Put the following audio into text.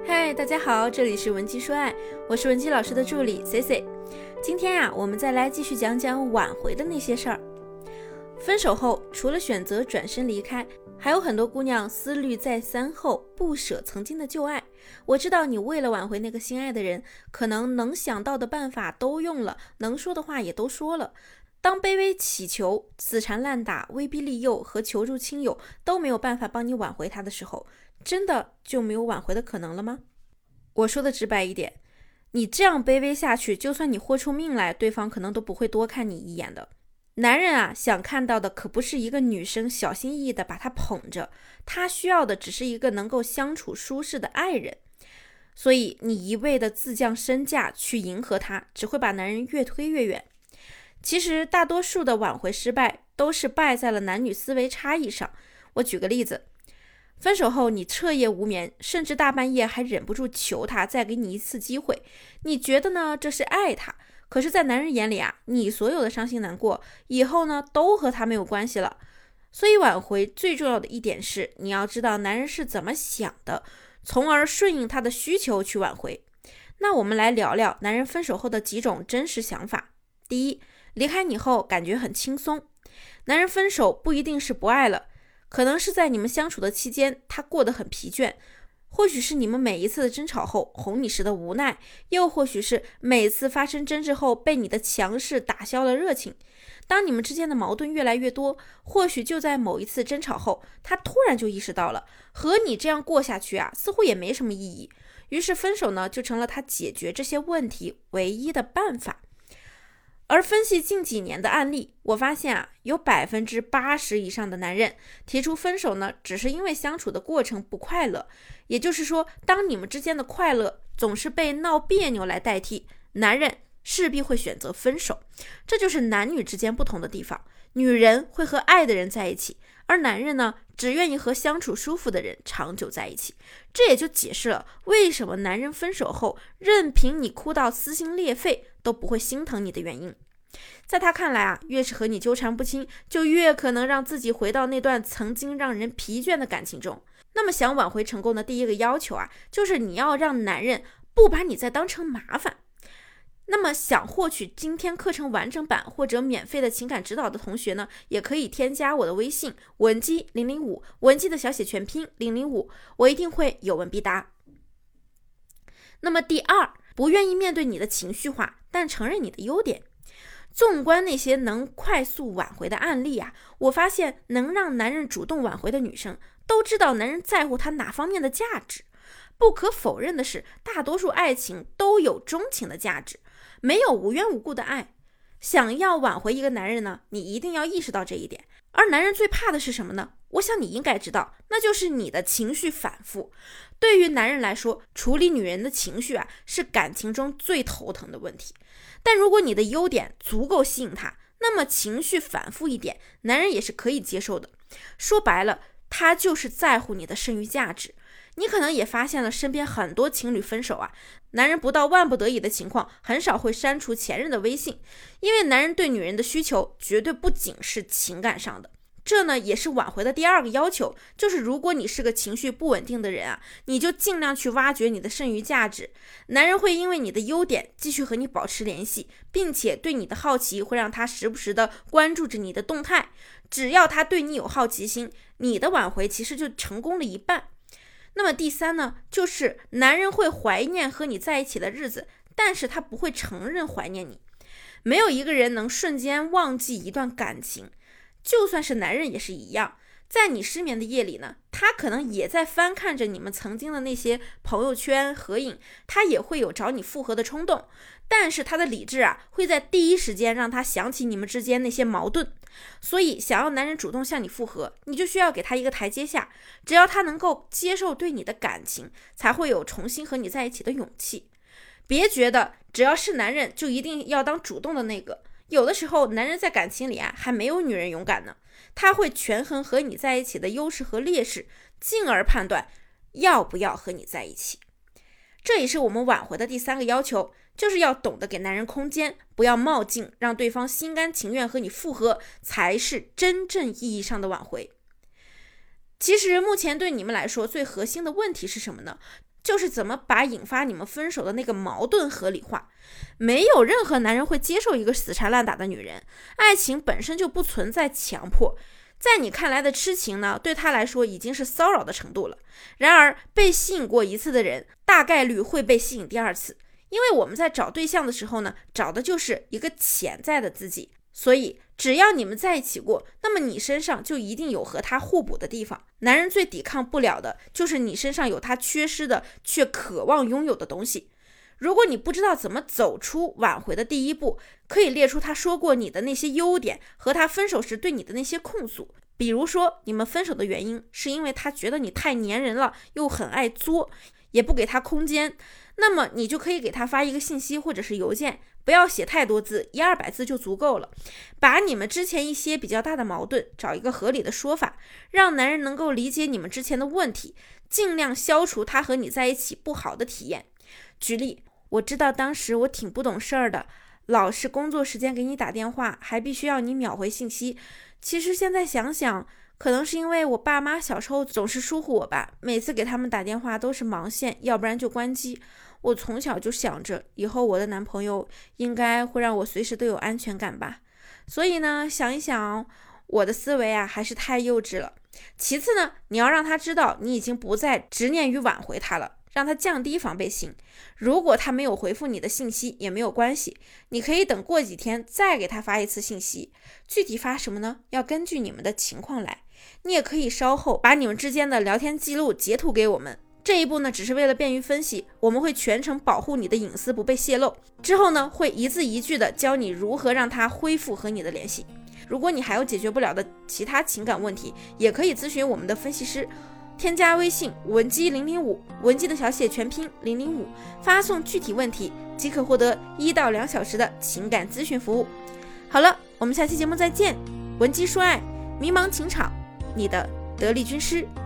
嗨，大家好，这里是文姬说爱，我是文姬老师的助理 Cici。今天我们再来继续讲讲挽回的那些事儿。分手后，除了选择转身离开，还有很多姑娘思虑再三后不舍曾经的旧爱。我知道你为了挽回那个心爱的人，可能想到的办法都用了，能说的话也都说了。当卑微乞求、死缠烂打、威逼利诱和求助亲友都没有办法帮你挽回他的时候，真的就没有挽回的可能了吗？我说的直白一点，你这样卑微下去，就算你豁出命来，对方可能都不会多看你一眼的。男人想看到的可不是一个女生小心翼翼的把他捧着，他需要的只是一个能够相处舒适的爱人。所以你一味的自降身价去迎合他，只会把男人越推越远。其实大多数的挽回失败都是败在了男女思维差异上。我举个例子，分手后你彻夜无眠，甚至大半夜还忍不住求他再给你一次机会，你觉得呢？这是爱他。可是在男人眼里你所有的伤心难过以后呢都和他没有关系了。所以挽回最重要的一点是，你要知道男人是怎么想的，从而顺应他的需求去挽回。那我们来聊聊男人分手后的几种真实想法。第一，离开你后感觉很轻松。男人分手不一定是不爱了，可能是在你们相处的期间他过得很疲倦，或许是你们每一次的争吵后哄你时的无奈，又或许是每次发生争执后被你的强势打消了热情。当你们之间的矛盾越来越多，或许就在某一次争吵后，他突然就意识到了和你这样过下去似乎也没什么意义，于是分手呢就成了他解决这些问题唯一的办法。而分析近几年的案例，我发现有80%以上的男人提出分手呢，只是因为相处的过程不快乐。也就是说，当你们之间的快乐总是被闹别扭来代替，男人势必会选择分手。这就是男女之间不同的地方。女人会和爱的人在一起，而男人呢，只愿意和相处舒服的人长久在一起。这也就解释了为什么男人分手后任凭你哭到撕心裂肺都不会心疼你的原因。在他看来越是和你纠缠不清，就越可能让自己回到那段曾经让人疲倦的感情中。那么想挽回成功的第一个要求就是你要让男人不把你再当成麻烦。那么想获取今天课程完整版或者免费的情感指导的同学呢，也可以添加我的微信文姬005，文姬的小写全拼005，我一定会有问必答。那么第二，不愿意面对你的情绪化，但承认你的优点。纵观那些能快速挽回的案例我发现能让男人主动挽回的女生都知道男人在乎她哪方面的价值。不可否认的是，大多数爱情都有钟情的价值，没有无缘无故的爱。想要挽回一个男人呢，你一定要意识到这一点。而男人最怕的是什么呢？我想你应该知道，那就是你的情绪反复。对于男人来说，处理女人的情绪是感情中最头疼的问题。但如果你的优点足够吸引他，那么情绪反复一点，男人也是可以接受的。说白了，他就是在乎你的剩余价值。你可能也发现了身边很多情侣分手男人不到万不得已的情况，很少会删除前任的微信，因为男人对女人的需求绝对不仅是情感上的。这呢也是挽回的第二个要求，就是如果你是个情绪不稳定的人你就尽量去挖掘你的剩余价值。男人会因为你的优点继续和你保持联系，并且对你的好奇会让他时不时的关注着你的动态。只要他对你有好奇心，你的挽回其实就成功了一半。那么第三呢，就是男人会怀念和你在一起的日子，但是他不会承认怀念你。没有一个人能瞬间忘记一段感情，就算是男人也是一样。在你失眠的夜里呢，他可能也在翻看着你们曾经的那些朋友圈合影，他也会有找你复合的冲动，但是他的理智会在第一时间让他想起你们之间那些矛盾。所以想要男人主动向你复合，你就需要给他一个台阶下，只要他能够接受对你的感情，才会有重新和你在一起的勇气。别觉得只要是男人就一定要当主动的那个，有的时候男人在感情里还没有女人勇敢呢。他会权衡和你在一起的优势和劣势，进而判断要不要和你在一起。这也是我们挽回的第三个要求，就是要懂得给男人空间，不要冒进，让对方心甘情愿和你复合，才是真正意义上的挽回。 其实目前对你们来说最核心的问题是什么呢？就是怎么把引发你们分手的那个矛盾合理化。没有任何男人会接受一个死缠烂打的女人，爱情本身就不存在强迫。在你看来的痴情呢，对他来说已经是骚扰的程度了。然而被吸引过一次的人，大概率会被吸引第二次，因为我们在找对象的时候呢，找的就是一个潜在的自己。所以只要你们在一起过，那么你身上就一定有和他互补的地方。男人最抵抗不了的就是你身上有他缺失的却渴望拥有的东西。如果你不知道怎么走出挽回的第一步，可以列出他说过你的那些优点和他分手时对你的那些控诉。比如说你们分手的原因是因为他觉得你太粘人了，又很爱作，也不给他空间，那么你就可以给他发一个信息或者是邮件，不要写太多字，100-200字就足够了。把你们之前一些比较大的矛盾找一个合理的说法，让男人能够理解你们之前的问题，尽量消除他和你在一起不好的体验。举例，我知道当时我挺不懂事儿的，老是工作时间给你打电话，还必须要你秒回信息。其实现在想想，可能是因为我爸妈小时候总是疏忽我吧，每次给他们打电话都是忙线，要不然就关机。我从小就想着，以后我的男朋友应该会让我随时都有安全感吧。所以呢，想一想，我的思维还是太幼稚了。其次呢，你要让他知道你已经不再执念于挽回他了，让他降低防备心。如果他没有回复你的信息也没有关系，你可以等过几天再给他发一次信息。具体发什么呢？要根据你们的情况来。你也可以稍后把你们之间的聊天记录截图给我们。这一步呢，只是为了便于分析，我们会全程保护你的隐私不被泄露。之后呢，会一字一句的教你如何让他恢复和你的联系。如果你还有解决不了的其他情感问题，也可以咨询我们的分析师。添加微信文姬005，文姬的小写全拼005，发送具体问题即可获得1到2小时的情感咨询服务。好了，我们下期节目再见。文姬说爱，迷茫情场，你的得力军师。